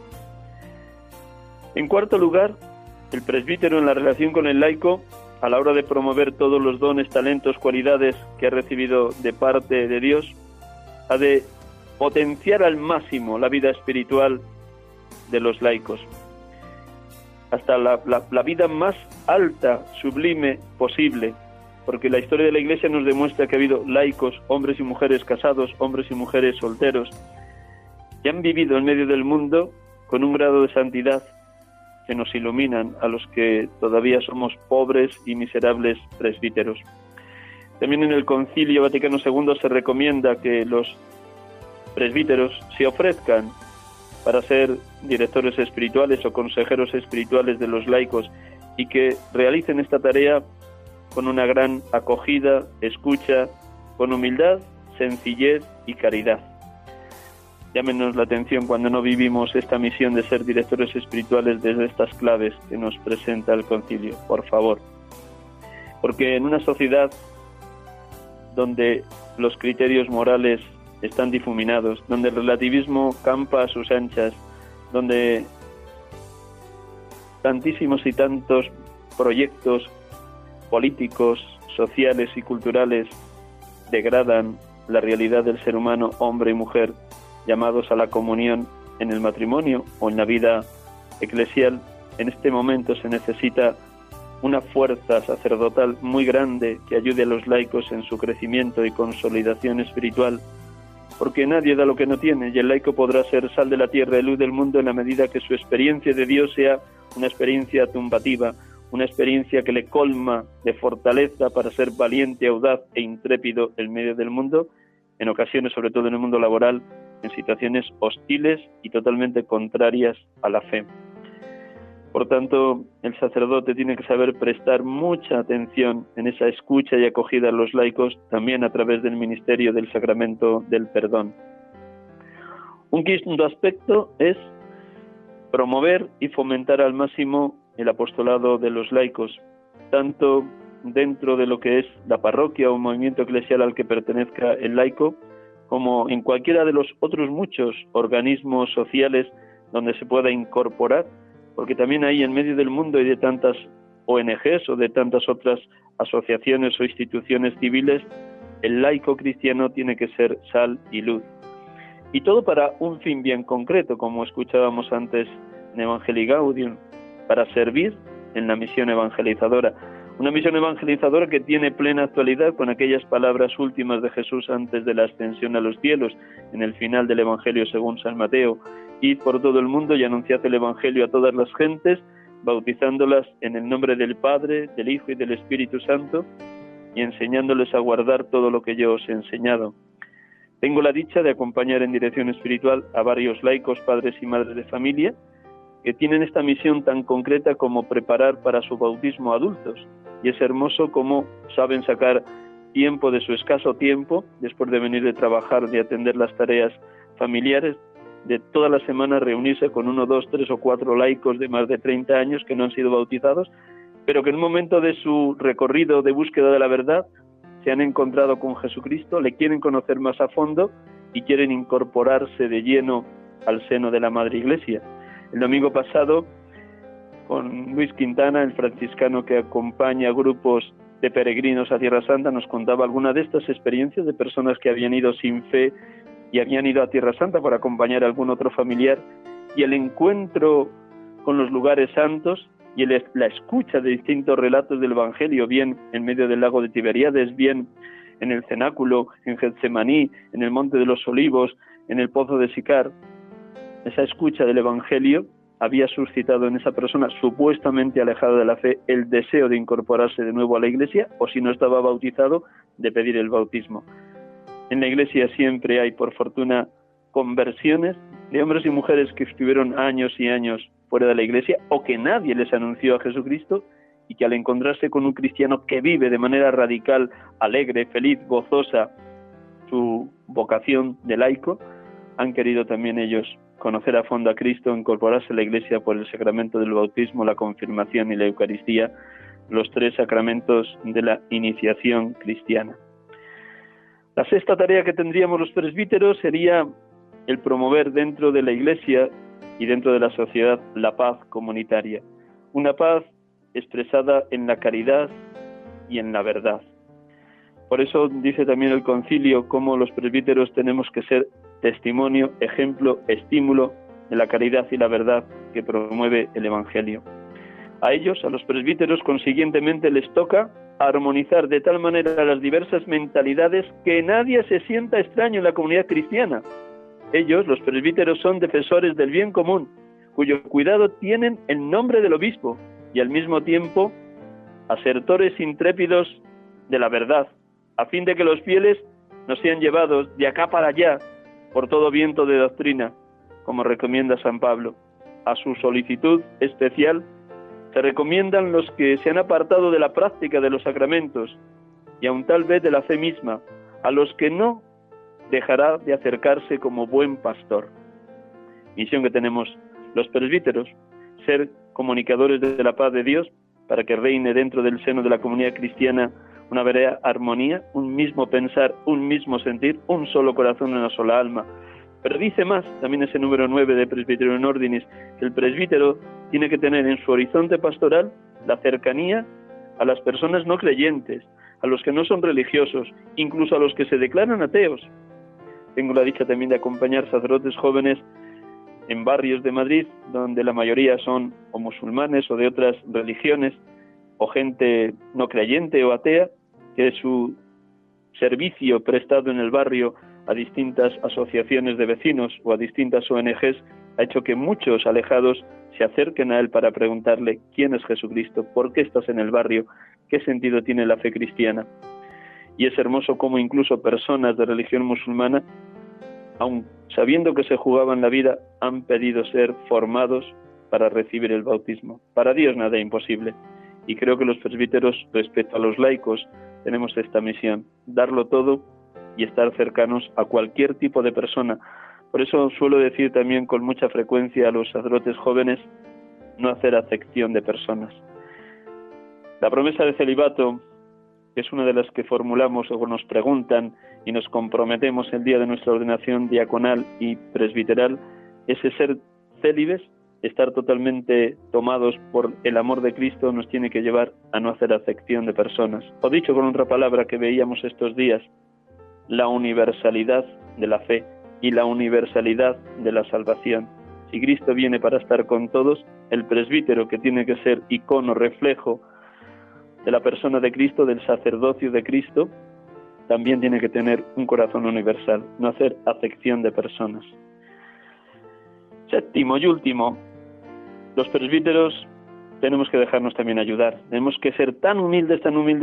Speaker 3: En cuarto lugar, el presbítero en la relación con el laico, a la hora de promover todos los dones, talentos, cualidades que ha recibido de parte de Dios, ha de potenciar al máximo la vida espiritual de los laicos, hasta la vida más alta, sublime posible, porque la historia de la Iglesia nos demuestra que ha habido laicos, hombres y mujeres casados, hombres y mujeres solteros, que han vivido en medio del mundo con un grado de santidad que nos iluminan a los que todavía somos pobres y miserables presbíteros. También en el Concilio Vaticano II se recomienda que los presbíteros se ofrezcan para ser directores espirituales o consejeros espirituales de los laicos y que realicen esta tarea con una gran acogida, escucha, con humildad, sencillez y caridad. Llámenos la atención cuando no vivimos esta misión de ser directores espirituales desde estas claves que nos presenta el Concilio, por favor. Porque en una sociedad donde los criterios morales están difuminados, donde el relativismo campa a sus anchas, donde tantísimos y tantos proyectos políticos, sociales y culturales degradan la realidad del ser humano, hombre y mujer, llamados a la comunión en el matrimonio o en la vida eclesial, en este momento se necesita una fuerza sacerdotal muy grande que ayude a los laicos en su crecimiento y consolidación espiritual, porque nadie da lo que no tiene, y el laico podrá ser sal de la tierra y luz del mundo en la medida que su experiencia de Dios sea una experiencia tumbativa, una experiencia que le colma de fortaleza para ser valiente, audaz e intrépido en medio del mundo, en ocasiones, sobre todo en el mundo laboral, en situaciones hostiles y totalmente contrarias a la fe. Por tanto, el sacerdote tiene que saber prestar mucha atención en esa escucha y acogida a los laicos, también a través del ministerio del sacramento del perdón. Un quinto aspecto es promover y fomentar al máximo el apostolado de los laicos, tanto dentro de lo que es la parroquia o movimiento eclesial al que pertenezca el laico, como en cualquiera de los otros muchos organismos sociales donde se pueda incorporar, porque también ahí en medio del mundo y de tantas ONGs o de tantas otras asociaciones o instituciones civiles, el laico cristiano tiene que ser sal y luz. Y todo para un fin bien concreto, como escuchábamos antes en Evangelii Gaudium, para servir en la misión evangelizadora. Una misión evangelizadora que tiene plena actualidad con aquellas palabras últimas de Jesús antes de la ascensión a los cielos, en el final del Evangelio según San Mateo: id por todo el mundo y anunciad el Evangelio a todas las gentes, bautizándolas en el nombre del Padre, del Hijo y del Espíritu Santo, y enseñándoles a guardar todo lo que yo os he enseñado. Tengo la dicha de acompañar en dirección espiritual a varios laicos, padres y madres de familia, que tienen esta misión tan concreta como preparar para su bautismo a adultos. Y es hermoso cómo saben sacar tiempo de su escaso tiempo, después de venir de trabajar, de atender las tareas familiares, de toda la semana reunirse con 1, 2, 3 o 4 laicos de más de 30 años que no han sido bautizados, pero que en un momento de su recorrido de búsqueda de la verdad se han encontrado con Jesucristo, le quieren conocer más a fondo y quieren incorporarse de lleno al seno de la Madre Iglesia. El domingo pasado, con Luis Quintana, el franciscano que acompaña grupos de peregrinos a Tierra Santa, nos contaba algunas de estas experiencias de personas que habían ido sin fe y habían ido a Tierra Santa para acompañar a algún otro familiar, y el encuentro con los lugares santos y la escucha de distintos relatos del Evangelio, bien en medio del lago de Tiberíades, bien en el cenáculo, en Getsemaní, en el Monte de los Olivos, en el Pozo de Sicar. Esa escucha del Evangelio había suscitado en esa persona supuestamente alejada de la fe el deseo de incorporarse de nuevo a la Iglesia, o si no estaba bautizado, de pedir el bautismo. En la Iglesia siempre hay, por fortuna, conversiones de hombres y mujeres que estuvieron años y años fuera de la Iglesia o que nadie les anunció a Jesucristo, y que al encontrarse con un cristiano que vive de manera radical, alegre, feliz, gozosa su vocación de laico, han querido también ellos conocer a fondo a Cristo, incorporarse a la Iglesia por el sacramento del bautismo, la confirmación y la Eucaristía, los 3 sacramentos de la iniciación cristiana. La sexta tarea que tendríamos los presbíteros sería el promover dentro de la Iglesia y dentro de la sociedad la paz comunitaria. Una paz expresada en la caridad y en la verdad. Por eso dice también el concilio cómo los presbíteros tenemos que ser testimonio, ejemplo, estímulo de la caridad y la verdad que promueve el Evangelio. A ellos, a los presbíteros, consiguientemente les toca armonizar de tal manera las diversas mentalidades que nadie se sienta extraño en la comunidad cristiana. Ellos, los presbíteros, son defensores del bien común, cuyo cuidado tienen en nombre del obispo, y al mismo tiempo asertores intrépidos de la verdad, a fin de que los fieles no sean llevados de acá para allá por todo viento de doctrina, como recomienda San Pablo. A su solicitud especial se recomiendan los que se han apartado de la práctica de los sacramentos y aun tal vez de la fe misma, a los que no dejará de acercarse como buen pastor. Misión que tenemos los presbíteros, ser comunicadores de la paz de Dios para que reine dentro del seno de la comunidad cristiana una verdadera armonía, un mismo pensar, un mismo sentir, un solo corazón, una sola alma. Pero dice más, también ese número 9 de Presbyterio in Ordinis, que el presbítero tiene que tener en su horizonte pastoral la cercanía a las personas no creyentes, a los que no son religiosos, incluso a los que se declaran ateos. Tengo la dicha también de acompañar sacerdotes jóvenes en barrios de Madrid, donde la mayoría son o musulmanes o de otras religiones, o gente no creyente o atea, que su servicio prestado en el barrio a distintas asociaciones de vecinos o a distintas ONGs ha hecho que muchos alejados se acerquen a él para preguntarle quién es Jesucristo, por qué estás en el barrio, qué sentido tiene la fe cristiana. Y es hermoso cómo incluso personas de religión musulmana, aun sabiendo que se jugaban la vida, han pedido ser formados para recibir el bautismo. Para Dios nada es imposible. Y creo que los presbíteros, respecto a los laicos, tenemos esta misión, darlo todo y estar cercanos a cualquier tipo de persona. Por eso suelo decir también con mucha frecuencia a los sacerdotes jóvenes, no hacer acepción de personas. La promesa de celibato, que es una de las que formulamos o nos preguntan y nos comprometemos el día de nuestra ordenación diaconal y presbiteral, ese ser célibes, estar totalmente tomados por el amor de Cristo, nos tiene que llevar a no hacer acepción de personas. O dicho con otra palabra que veíamos estos días, la universalidad de la fe y la universalidad de la salvación. Si Cristo viene para estar con todos, el presbítero, que tiene que ser icono, reflejo de la persona de Cristo, del sacerdocio de Cristo, también tiene que tener un corazón universal, no hacer acepción de personas. Séptimo y último, los presbíteros tenemos que dejarnos también ayudar. Tenemos que ser tan humildes,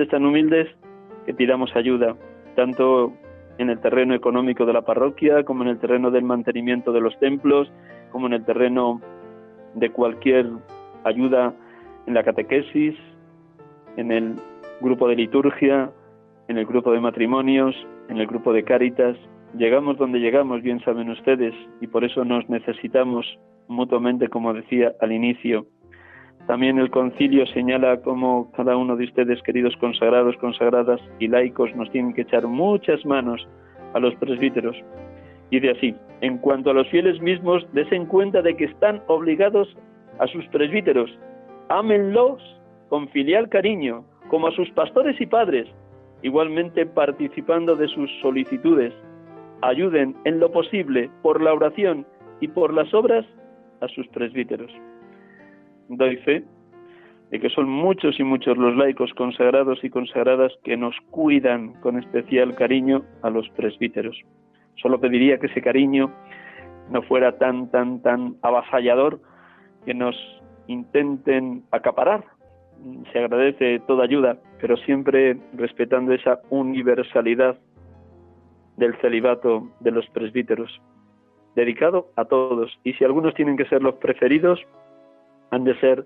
Speaker 3: que pidamos ayuda, tanto en el terreno económico de la parroquia, como en el terreno del mantenimiento de los templos, como en el terreno de cualquier ayuda en la catequesis, en el grupo de liturgia, en el grupo de matrimonios, en el grupo de Cáritas. Llegamos donde llegamos, bien saben ustedes, y por eso nos necesitamos mutuamente, como decía al inicio. También el concilio señala cómo cada uno de ustedes, queridos consagrados, consagradas y laicos, nos tienen que echar muchas manos a los presbíteros. Y de así, en cuanto a los fieles mismos, desen cuenta de que están obligados a sus presbíteros. Ámenlos con filial cariño, como a sus pastores y padres, igualmente participando de sus solicitudes. Ayuden en lo posible, por la oración y por las obras, a sus presbíteros. Doy fe de que son muchos y muchos los laicos consagrados y consagradas que nos cuidan con especial cariño a los presbíteros. Solo pediría que ese cariño no fuera tan avasallador, que nos intenten acaparar. Se agradece toda ayuda, pero siempre respetando esa universalidad del celibato de los presbíteros, dedicado a todos. Y si algunos tienen que ser los preferidos, han de ser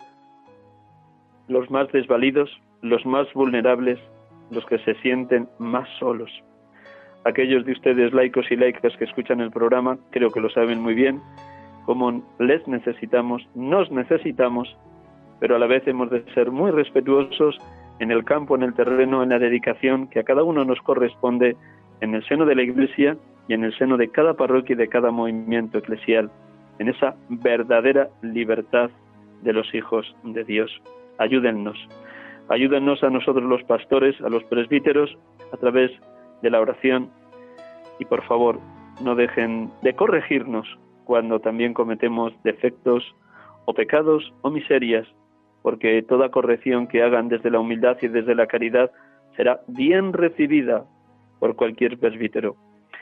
Speaker 3: los más desvalidos, los más vulnerables, los que se sienten más solos. Aquellos de ustedes laicos y laicas que escuchan el programa, creo que lo saben muy bien, cómo les necesitamos, nos necesitamos, pero a la vez hemos de ser muy respetuosos en el campo, en el terreno, en la dedicación que a cada uno nos corresponde en el seno de la Iglesia y en el seno de cada parroquia y de cada movimiento eclesial, en esa verdadera libertad de los hijos de Dios. Ayúdennos a nosotros los pastores, a los presbíteros, a través de la oración, y por favor, no dejen de corregirnos cuando también cometemos defectos o pecados o miserias, porque toda corrección que hagan desde la humildad y desde la caridad será bien recibida por cualquier presbítero.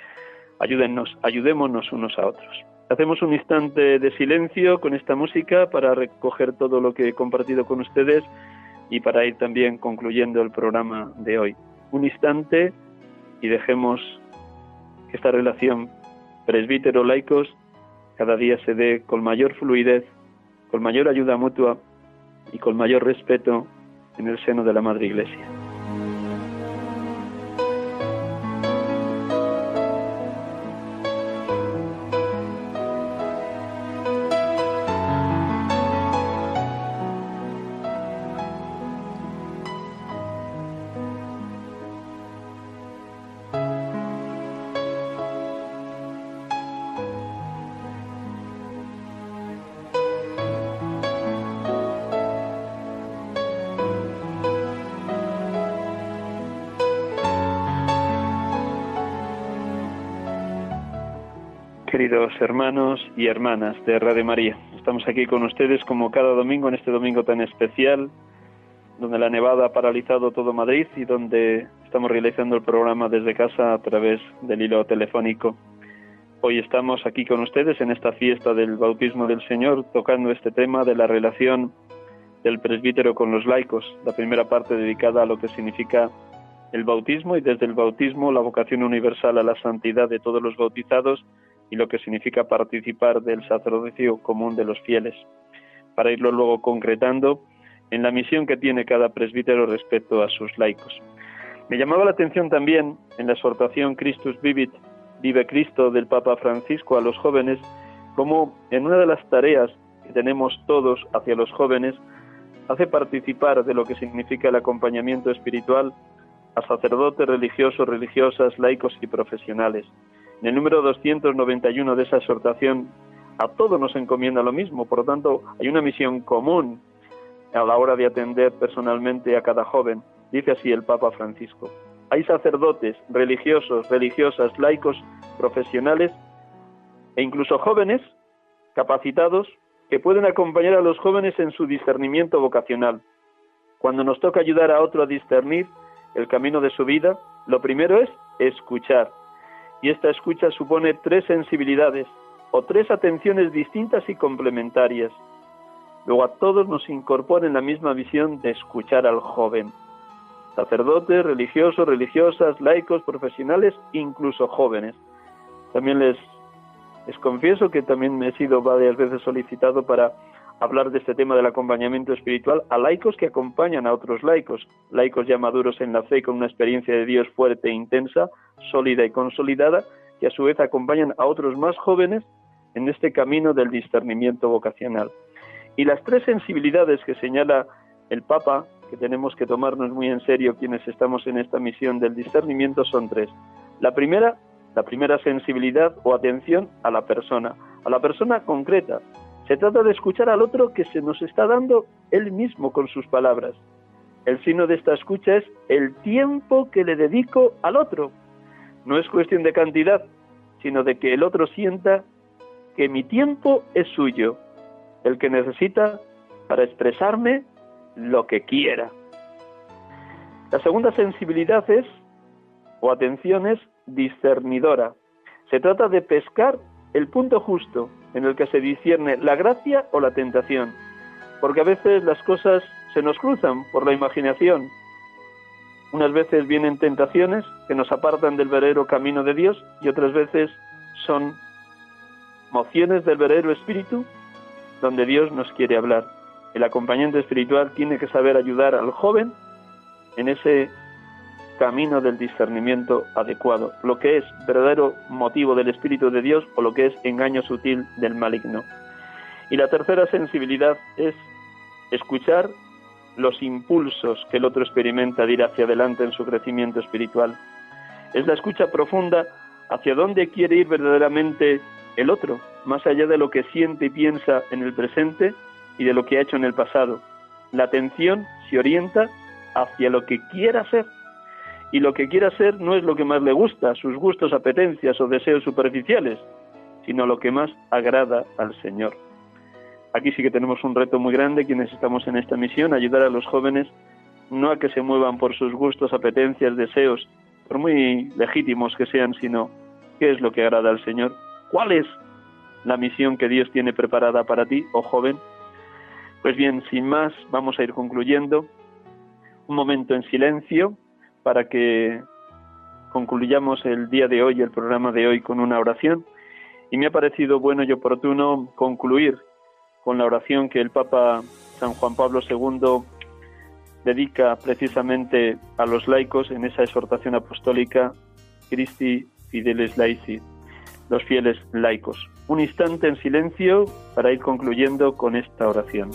Speaker 3: Ayudémonos unos a otros. Hacemos un instante de silencio con esta música para recoger todo lo que he compartido con ustedes y para ir también concluyendo el programa de hoy. Un instante y dejemos que esta relación presbítero-laicos cada día se dé con mayor fluidez, con mayor ayuda mutua y con mayor respeto en el seno de la Madre Iglesia. Queridos hermanos y hermanas de Radio María, estamos aquí con ustedes como cada domingo, en este domingo tan especial, donde la nevada ha paralizado todo Madrid y donde estamos realizando el programa desde casa a través del hilo telefónico. Hoy estamos aquí con ustedes en esta fiesta del bautismo del Señor, tocando este tema de la relación del presbítero con los laicos, la primera parte dedicada a lo que significa el bautismo y desde el bautismo la vocación universal a la santidad de todos los bautizados y lo que significa participar del sacerdocio común de los fieles, para irlo luego concretando en la misión que tiene cada presbítero respecto a sus laicos. Me llamaba la atención también en la exhortación Christus Vivit, Vive Cristo del Papa Francisco a los jóvenes, como en una de las tareas que tenemos todos hacia los jóvenes, hace participar de lo que significa el acompañamiento espiritual a sacerdotes, religiosos, religiosas, laicos y profesionales. En el número 291 de esa exhortación, a todos nos encomienda lo mismo, por lo tanto, hay una misión común a la hora de atender personalmente a cada joven. Dice así el Papa Francisco: hay sacerdotes, religiosos, religiosas, laicos, profesionales e incluso jóvenes capacitados que pueden acompañar a los jóvenes en su discernimiento vocacional. Cuando nos toca ayudar a otro a discernir el camino de su vida, lo primero es escuchar. Y esta escucha supone 3 sensibilidades o 3 atenciones distintas y complementarias. Luego a todos nos incorpora en la misma visión de escuchar al joven. Sacerdotes, religiosos, religiosas, laicos, profesionales, incluso jóvenes. También les confieso que también me he sido varias veces solicitado para hablar de este tema del acompañamiento espiritual a laicos que acompañan a otros laicos, laicos ya maduros en la fe con una experiencia de Dios fuerte e intensa, sólida y consolidada, que a su vez acompañan a otros más jóvenes en este camino del discernimiento vocacional. Y las 3 sensibilidades que señala el Papa, que tenemos que tomarnos muy en serio quienes estamos en esta misión del discernimiento, son 3. La primera sensibilidad o atención a la persona concreta. Se trata de escuchar al otro que se nos está dando él mismo con sus palabras. El signo de esta escucha es el tiempo que le dedico al otro. No es cuestión de cantidad, sino de que el otro sienta que mi tiempo es suyo, el que necesita para expresarme lo que quiera. La segunda sensibilidad o atención es discernidora. Se trata de pescar el punto justo en el que se discierne la gracia o la tentación, porque a veces las cosas se nos cruzan por la imaginación. Unas veces vienen tentaciones que nos apartan del verdadero camino de Dios y otras veces son mociones del verdadero espíritu donde Dios nos quiere hablar. El acompañante espiritual tiene que saber ayudar al joven en ese camino del discernimiento adecuado, lo que es verdadero motivo del Espíritu de Dios o lo que es engaño sutil del maligno. Y la tercera sensibilidad es escuchar los impulsos que el otro experimenta de ir hacia adelante en su crecimiento espiritual. Es la escucha profunda hacia dónde quiere ir verdaderamente el otro, más allá de lo que siente y piensa en el presente y de lo que ha hecho en el pasado. La atención se orienta hacia lo que quiera ser. Y lo que quiera ser no es lo que más le gusta, sus gustos, apetencias o deseos superficiales, sino lo que más agrada al Señor. Aquí sí que tenemos un reto muy grande, quienes estamos en esta misión, ayudar a los jóvenes no a que se muevan por sus gustos, apetencias, deseos, por muy legítimos que sean, sino qué es lo que agrada al Señor. ¿Cuál es la misión que Dios tiene preparada para ti, oh joven? Pues bien, sin más, vamos a ir concluyendo. Un momento en silencio para que concluyamos el día de hoy, el programa de hoy, con una oración. Y me ha parecido bueno y oportuno concluir con la oración que el Papa San Juan Pablo II dedica precisamente a los laicos en esa exhortación apostólica Christi Fideles Laici, los fieles laicos. Un instante en silencio para ir concluyendo con esta oración.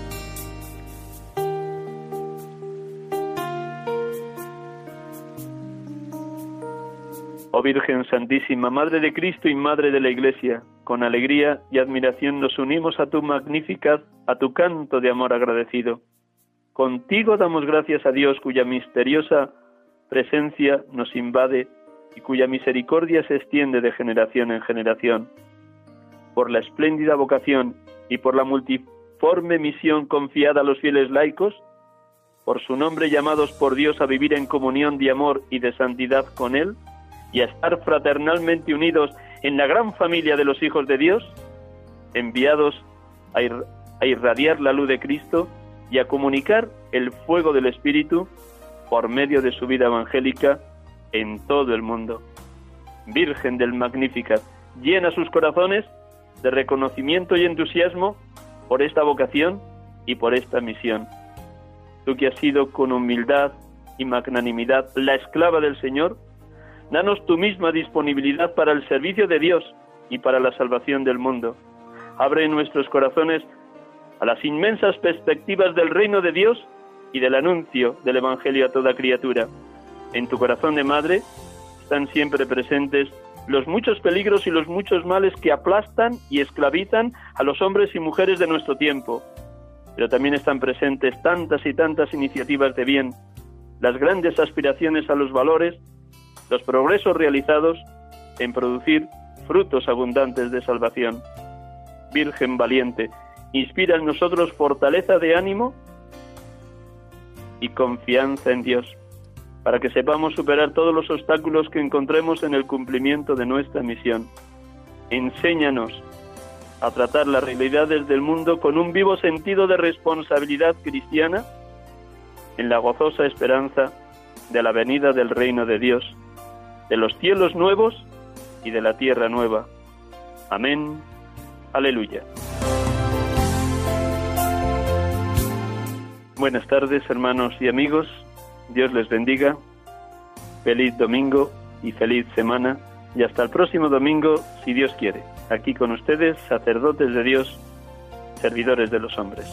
Speaker 3: Oh Virgen Santísima, Madre de Cristo y Madre de la Iglesia, con alegría y admiración nos unimos a tu magnificat, a tu canto de amor agradecido. Contigo damos gracias a Dios, cuya misteriosa presencia nos invade y cuya misericordia se extiende de generación en generación. Por la espléndida vocación y por la multiforme misión confiada a los fieles laicos, por su nombre llamados por Dios a vivir en comunión de amor y de santidad con Él, y a estar fraternalmente unidos en la gran familia de los hijos de Dios, enviados a irradiar la luz de Cristo y a comunicar el fuego del Espíritu por medio de su vida evangélica en todo el mundo. Virgen del Magnificat, llena sus corazones de reconocimiento y entusiasmo por esta vocación y por esta misión. Tú que has sido con humildad y magnanimidad la esclava del Señor, danos tu misma disponibilidad para el servicio de Dios y para la salvación del mundo. Abre nuestros corazones a las inmensas perspectivas del reino de Dios y del anuncio del Evangelio a toda criatura. En tu corazón de madre están siempre presentes los muchos peligros y los muchos males que aplastan y esclavizan a los hombres y mujeres de nuestro tiempo. Pero también están presentes tantas y tantas iniciativas de bien, las grandes aspiraciones a los valores, los progresos realizados en producir frutos abundantes de salvación. Virgen valiente, inspira en nosotros fortaleza de ánimo y confianza en Dios, para que sepamos superar todos los obstáculos que encontremos en el cumplimiento de nuestra misión. Enséñanos a tratar las realidades del mundo con un vivo sentido de responsabilidad cristiana, en la gozosa esperanza de la venida del reino de Dios, de los cielos nuevos y de la tierra nueva. Amén. Aleluya. Buenas tardes, hermanos y amigos. Dios les bendiga. Feliz domingo y feliz semana. Y hasta el próximo domingo, si Dios quiere. Aquí con ustedes, sacerdotes de Dios, servidores de los hombres.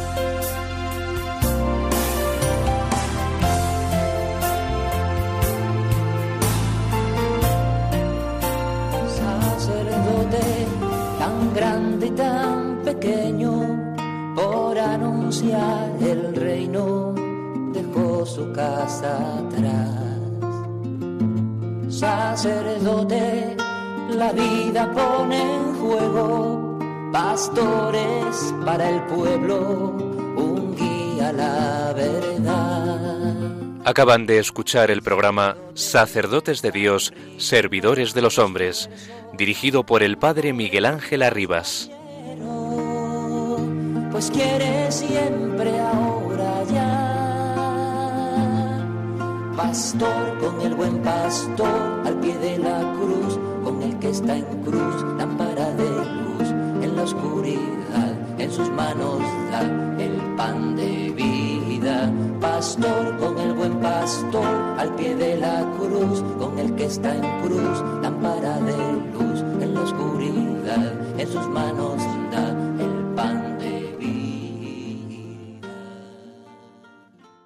Speaker 1: Sacerdote tan grande y tan pequeño, por anunciar el reino, dejó su casa atrás. Sacerdote, la vida pone en juego, pastores para el pueblo, un guía a la verdad.
Speaker 2: Acaban de escuchar el programa Sacerdotes de Dios, Servidores de los Hombres, dirigido por el Padre Miguel Ángel Arribas.
Speaker 1: Pues quiere siempre ahora ya. Pastor con el buen pastor, al pie de la cruz, con el que está en cruz, lámpara de luz en la oscuridad, en sus manos da el pan de vida. Pastor con el buen pastor, al pie de la cruz, con el que está en cruz, lámpara de luz en la oscuridad, en sus manos